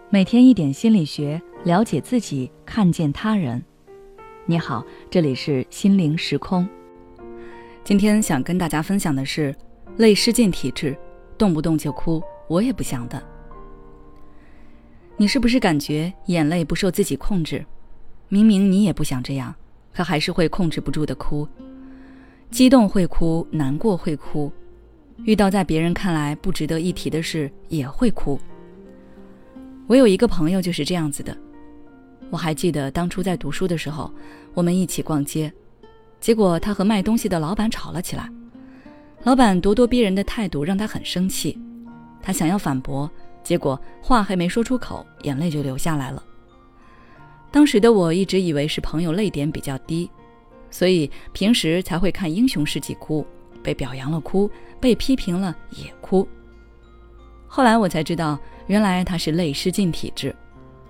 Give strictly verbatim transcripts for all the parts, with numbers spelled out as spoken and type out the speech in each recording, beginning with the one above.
每天一点心理学，了解自己，看见他人。你好，这里是心灵时空。今天想跟大家分享的是泪失禁体质，动不动就哭，我也不想的。你是不是感觉眼泪不受自己控制？明明你也不想这样，可还是会控制不住的哭。激动会哭，难过会哭，遇到在别人看来不值得一提的事也会哭。我有一个朋友就是这样子的。我还记得当初在读书的时候，我们一起逛街，结果他和卖东西的老板吵了起来。老板咄咄逼人的态度让他很生气，他想要反驳，结果话还没说出口，眼泪就流下来了。当时的我一直以为是朋友泪点比较低，所以平时才会看英雄事迹哭，被表扬了哭，被批评了也哭。后来我才知道，原来他是泪失禁体质。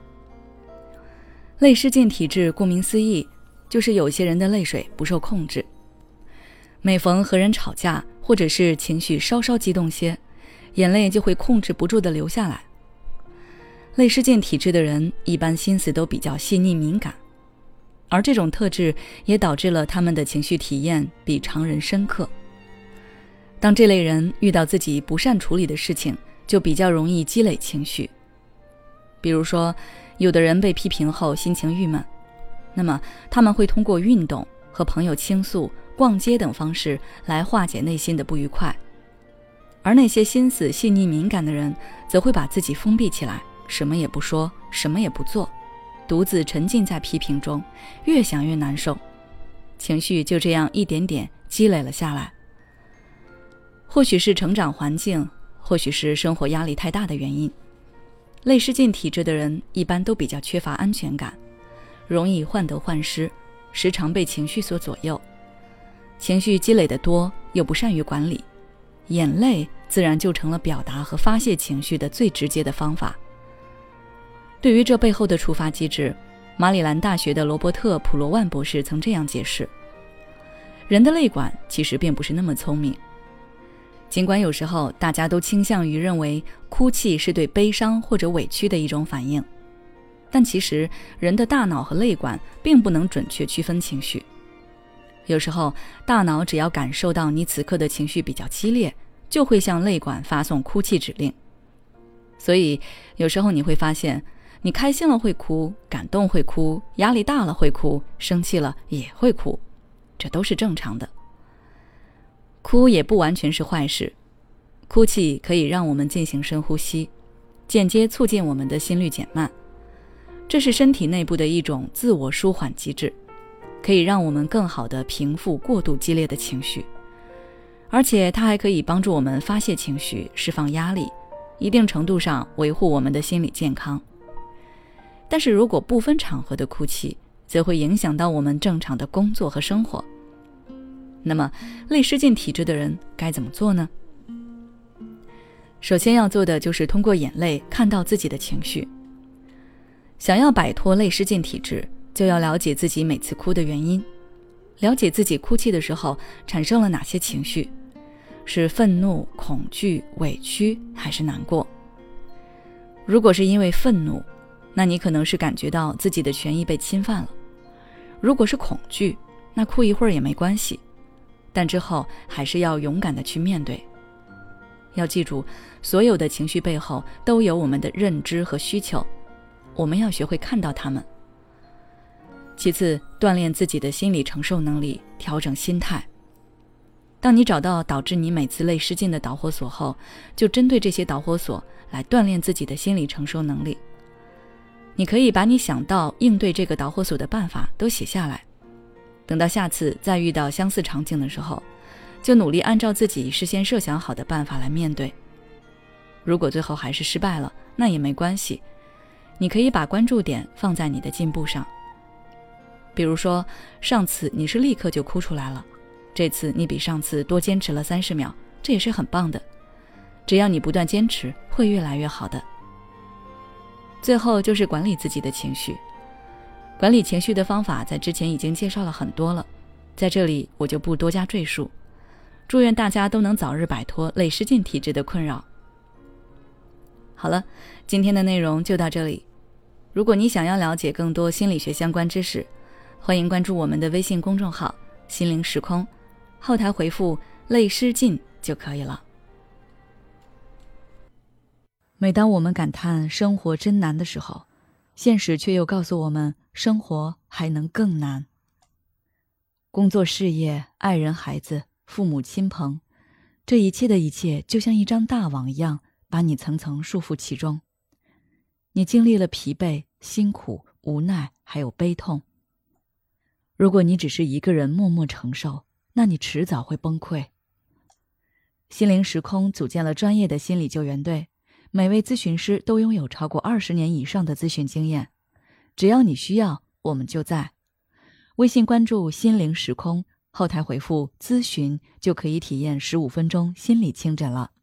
泪失禁体质顾名思义，就是有些人的泪水不受控制。每逢和人吵架，或者是情绪稍稍激动些，眼泪就会控制不住地流下来。泪失禁体质的人一般心思都比较细腻敏感，而这种特质也导致了他们的情绪体验比常人深刻。当这类人遇到自己不善处理的事情，就比较容易积累情绪。比如说，有的人被批评后心情郁闷，那么他们会通过运动、和朋友倾诉、逛街等方式来化解内心的不愉快。而那些心思细腻敏感的人，则会把自己封闭起来，什么也不说，什么也不做，独自沉浸在批评中，越想越难受，情绪就这样一点点积累了下来。或许是成长环境，或许是生活压力太大的原因，泪失禁体质的人一般都比较缺乏安全感，容易患得患失，时常被情绪所左右。情绪积累得多，又不善于管理，眼泪自然就成了表达和发泄情绪的最直接的方法。对于这背后的触发机制，马里兰大学的罗伯特·普罗万博士曾这样解释：人的泪管其实并不是那么聪明。尽管有时候大家都倾向于认为哭泣是对悲伤或者委屈的一种反应，但其实人的大脑和泪管并不能准确区分情绪。有时候大脑只要感受到你此刻的情绪比较激烈，就会向泪管发送哭泣指令。所以有时候你会发现，你开心了会哭，感动会哭，压力大了会哭，生气了也会哭，这都是正常的。哭也不完全是坏事，哭泣可以让我们进行深呼吸，间接促进我们的心率减慢，这是身体内部的一种自我舒缓机制，可以让我们更好地平复过度激烈的情绪，而且它还可以帮助我们发泄情绪，释放压力，一定程度上维护我们的心理健康。但是如果不分场合的哭泣，则会影响到我们正常的工作和生活。那么泪失禁体质的人该怎么做呢？首先要做的就是通过眼泪看到自己的情绪。想要摆脱泪失禁体质，就要了解自己每次哭的原因，了解自己哭泣的时候产生了哪些情绪，是愤怒、恐惧、委屈还是难过。如果是因为愤怒，那你可能是感觉到自己的权益被侵犯了。如果是恐惧，那哭一会儿也没关系，但之后还是要勇敢地去面对。要记住，所有的情绪背后都有我们的认知和需求，我们要学会看到它们。其次，锻炼自己的心理承受能力，调整心态。当你找到导致你每次泪失禁的导火索后，就针对这些导火索来锻炼自己的心理承受能力。你可以把你想到应对这个导火索的办法都写下来，等到下次再遇到相似场景的时候，就努力按照自己事先设想好的办法来面对。如果最后还是失败了，那也没关系，你可以把关注点放在你的进步上。比如说，上次你是立刻就哭出来了，这次你比上次多坚持了三十秒，这也是很棒的。只要你不断坚持，会越来越好的。最后就是管理自己的情绪。管理情绪的方法在之前已经介绍了很多了，在这里我就不多加赘述。祝愿大家都能早日摆脱泪失禁体质的困扰。 好了，今天的内容就到这里。如果你想要了解更多心理学相关知识，欢迎关注我们的微信公众号心灵时空，后台回复泪失禁就可以了。每当我们感叹生活真难的时候，现实却又告诉我们生活还能更难。工作、事业、爱人、孩子、父母亲朋，这一切的一切就像一张大网一样，把你层层束缚其中。你经历了疲惫、辛苦、无奈，还有悲痛。如果你只是一个人默默承受，那你迟早会崩溃。心灵时空组建了专业的心理救援队，每位咨询师都拥有超过二十年以上的咨询经验。只要你需要，我们就在。微信关注心灵时空，后台回复咨询就可以体验十五分钟心理清诊了。